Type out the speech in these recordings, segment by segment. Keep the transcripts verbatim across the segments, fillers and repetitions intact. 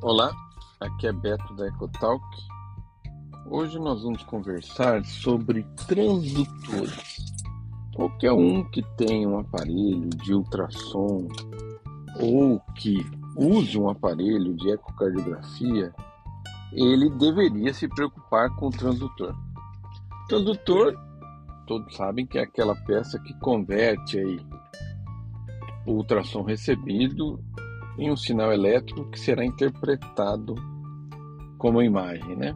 Olá, aqui é Beto da EcoTalk. Hoje nós vamos conversar sobre transdutores. Qualquer um que tenha um aparelho de ultrassom ou que use um aparelho de ecocardiografia, ele deveria se preocupar com o transdutor. Transdutor, todos sabem que é aquela peça que converte aí o ultrassom recebido em um sinal elétrico que será interpretado como imagem, né?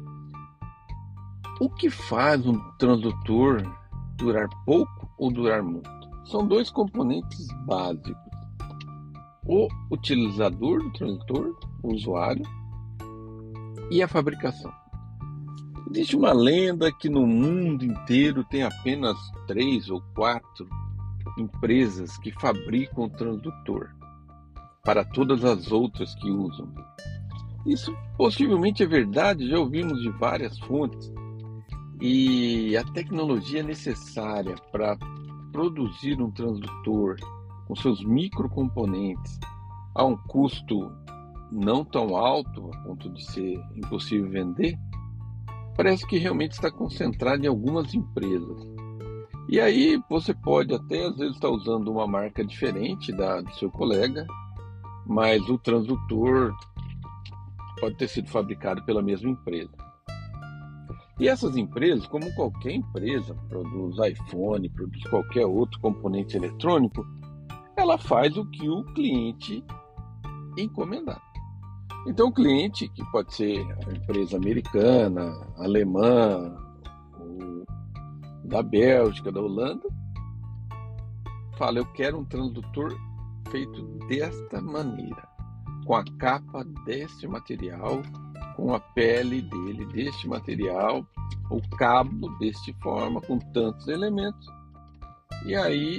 O que faz um transdutor durar pouco ou durar muito? São dois componentes básicos. O utilizador do transdutor, o usuário, e a fabricação. Existe uma lenda que no mundo inteiro tem apenas três ou quatro empresas que fabricam o transdutor para todas as outras que usam. Isso possivelmente é verdade, já ouvimos de várias fontes, e a tecnologia necessária para produzir um transdutor com seus microcomponentes a um custo não tão alto, a ponto de ser impossível vender, parece que realmente está concentrada em algumas empresas. E aí você pode até às vezes estar usando uma marca diferente da do seu colega, mas o transdutor pode ter sido fabricado pela mesma empresa. E essas empresas, como qualquer empresa, produz iPhone, produz qualquer outro componente eletrônico, ela faz o que o cliente encomendar. Então o cliente, que pode ser a empresa americana, alemã, ou da Bélgica, da Holanda, fala: eu quero um transdutor feito desta maneira, com a capa deste material, com a pele dele deste material, o cabo deste forma, com tantos elementos. E aí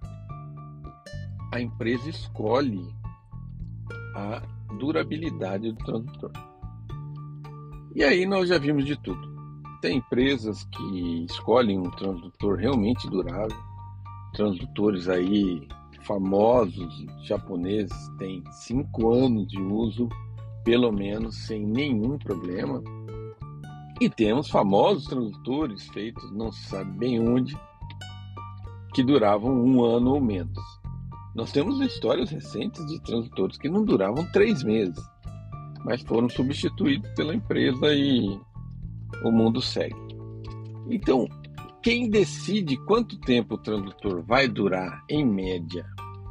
a empresa escolhe a durabilidade do transdutor. E aí nós já vimos de tudo. Tem empresas que escolhem um transdutor realmente durável, transdutores aí famosos japoneses têm cinco anos de uso, pelo menos, sem nenhum problema. E temos famosos transdutores feitos não se sabe bem onde, que duravam um ano ou menos. Nós temos histórias recentes de transdutores que não duravam três meses, mas foram substituídos pela empresa e o mundo segue. Então, quem decide quanto tempo o transdutor vai durar, em média,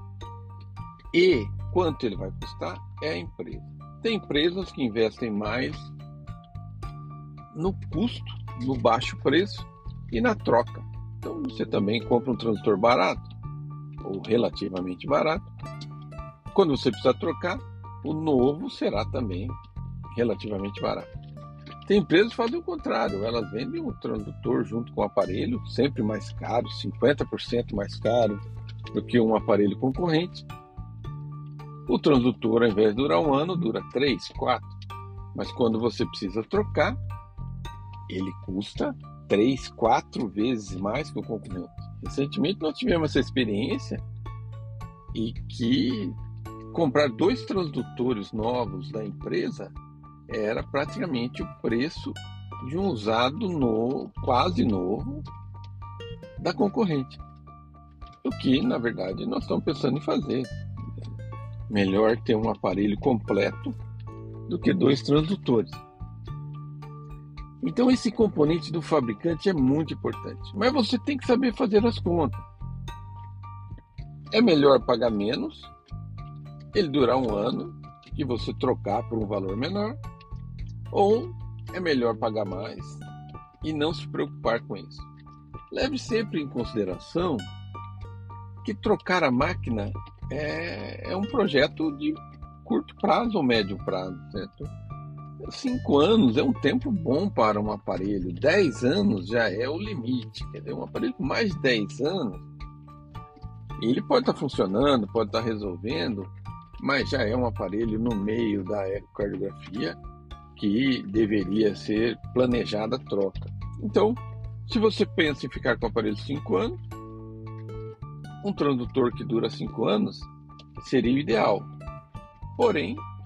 e quanto ele vai custar, é a empresa. Tem empresas que investem mais no custo, no baixo preço e na troca. Então, você também compra um transdutor barato, ou relativamente barato. Quando você precisar trocar, o novo será também relativamente barato. Tem empresas que fazem o contrário, elas vendem um transdutor junto com o aparelho, sempre mais caro, cinquenta por cento mais caro do que um aparelho concorrente. O transdutor, ao invés de durar um ano, dura três, quatro. Mas quando você precisa trocar, ele custa três, quatro vezes mais que o concorrente. Recentemente nós tivemos essa experiência e que comprar dois transdutores novos da empresa era praticamente o preço de um usado novo, quase novo, da concorrente. O que, na verdade, nós estamos pensando em fazer. Melhor ter um aparelho completo do que dois transdutores. Então esse componente do fabricante é muito importante. Mas você tem que saber fazer as contas. É melhor pagar menos, ele durar um ano, e você trocar por um valor menor, ou é melhor pagar mais e não se preocupar com isso. Leve sempre em consideração que trocar a máquina é, é um projeto de curto prazo ou médio prazo, certo? Cinco anos é um tempo bom para um aparelho, dez anos já é o limite. Quer dizer, um aparelho com mais de dez anos, ele pode estar funcionando, pode estar resolvendo, mas já é um aparelho no meio da ecocardiografia que deveria ser planejada a troca. Então, se você pensa em ficar com o aparelho cinco anos, um transdutor que dura cinco anos seria o ideal. Porém,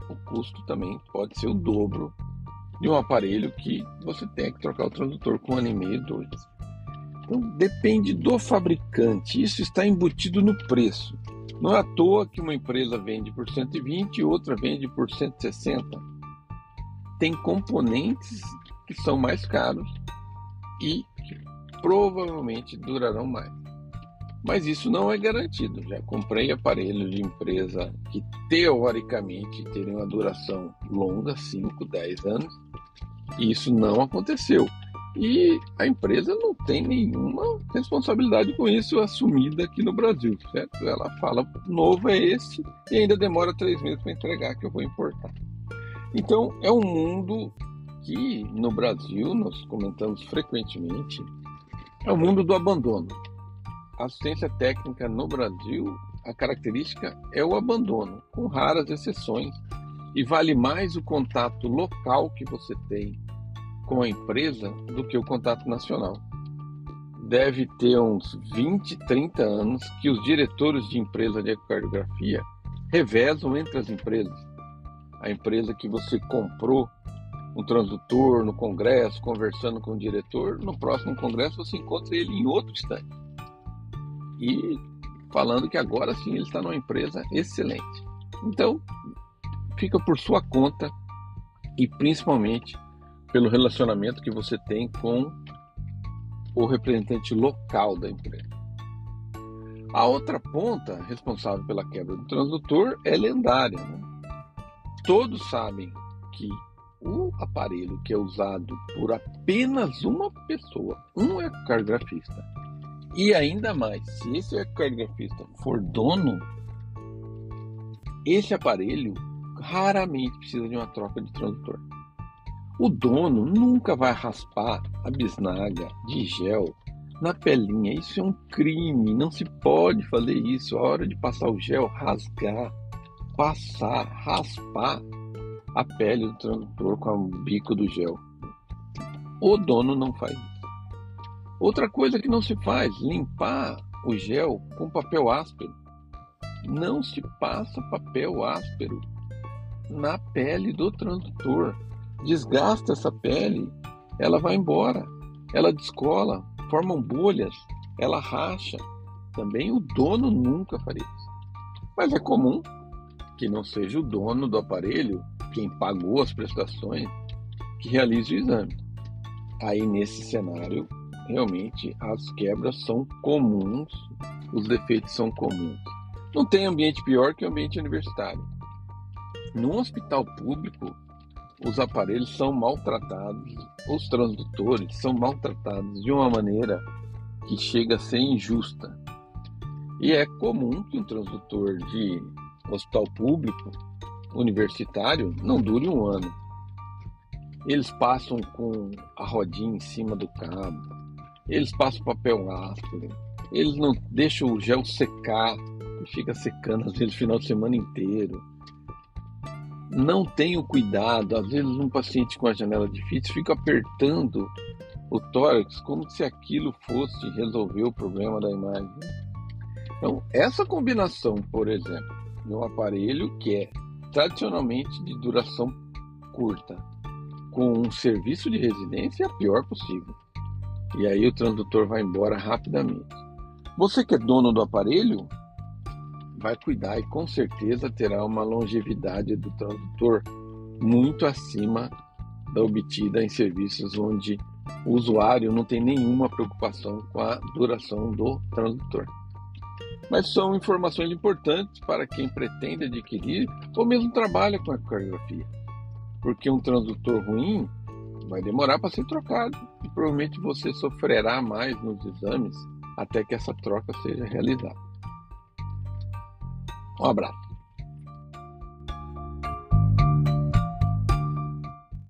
o custo também pode ser o dobro de um aparelho que você tem que trocar o transdutor com um ano e meio, dois. Então depende do fabricante, isso está embutido no preço. Não é à toa que uma empresa vende por cento e vinte e outra vende por cento e sessenta. Tem componentes que são mais caros e que provavelmente durarão mais. Mas isso não é garantido. Já comprei aparelhos de empresa que teoricamente teriam uma duração longa, cinco, dez anos, e isso não aconteceu. E a empresa não tem nenhuma responsabilidade com isso assumida aqui no Brasil, certo? Ela fala, novo é esse, e ainda demora três meses para entregar que eu vou importar. Então, é um mundo que no Brasil, nós comentamos frequentemente, é o mundo do abandono. A assistência técnica no Brasil, a característica é o abandono, com raras exceções, e vale mais o contato local que você tem com a empresa do que o contato nacional. Deve ter uns vinte, trinta anos que os diretores de empresa de ecocardiografia revezam entre as empresas. A empresa que você comprou um transdutor no congresso, conversando com o diretor, no próximo congresso você encontra ele em outro stand. E falando que agora sim ele está numa empresa excelente. Então, fica por sua conta e principalmente pelo relacionamento que você tem com o representante local da empresa. A outra ponta responsável pela quebra do transdutor é lendária, né? Todos sabem que o aparelho que é usado por apenas uma pessoa, um ecocardiografista, e ainda mais, se esse ecocardiografista for dono, esse aparelho raramente precisa de uma troca de transdutor. O dono nunca vai raspar a bisnaga de gel na pelinha. Isso é um crime, não se pode fazer isso. A hora de passar o gel, rasgar, passar, raspar a pele do transdutor com o bico do gel. O dono não faz isso. Outra coisa que não se faz, limpar o gel com papel áspero. Não se passa papel áspero na pele do transdutor. Desgasta essa pele, ela vai embora, ela descola, formam bolhas, ela racha. Também o dono nunca faria isso. Mas é comum que não seja o dono do aparelho, quem pagou as prestações, que realize o exame. Aí nesse cenário, realmente as quebras são comuns, os defeitos são comuns. Não tem ambiente pior que o ambiente universitário. No hospital público, os aparelhos são maltratados, os transdutores são maltratados de uma maneira que chega a ser injusta. E é comum que um transdutor de hospital público, universitário, não dure um ano. Eles passam com a rodinha em cima do cabo, eles passam papel áspero, eles não deixam o gel secar, fica secando às vezes o final de semana inteiro. Não tenham cuidado, às vezes um paciente com a janela difícil fica apertando o tórax como se aquilo fosse resolver o problema da imagem. Então, essa combinação, por exemplo, de um aparelho que é tradicionalmente de duração curta, com um serviço de residência, é a pior possível. E aí o transdutor vai embora rapidamente. Você que é dono do aparelho, vai cuidar e com certeza terá uma longevidade do transdutor muito acima da obtida em serviços onde o usuário não tem nenhuma preocupação com a duração do transdutor. Mas são informações importantes para quem pretende adquirir ou mesmo trabalha com ecocardiografia, porque um transdutor ruim vai demorar para ser trocado e provavelmente você sofrerá mais nos exames até que essa troca seja realizada. Um abraço.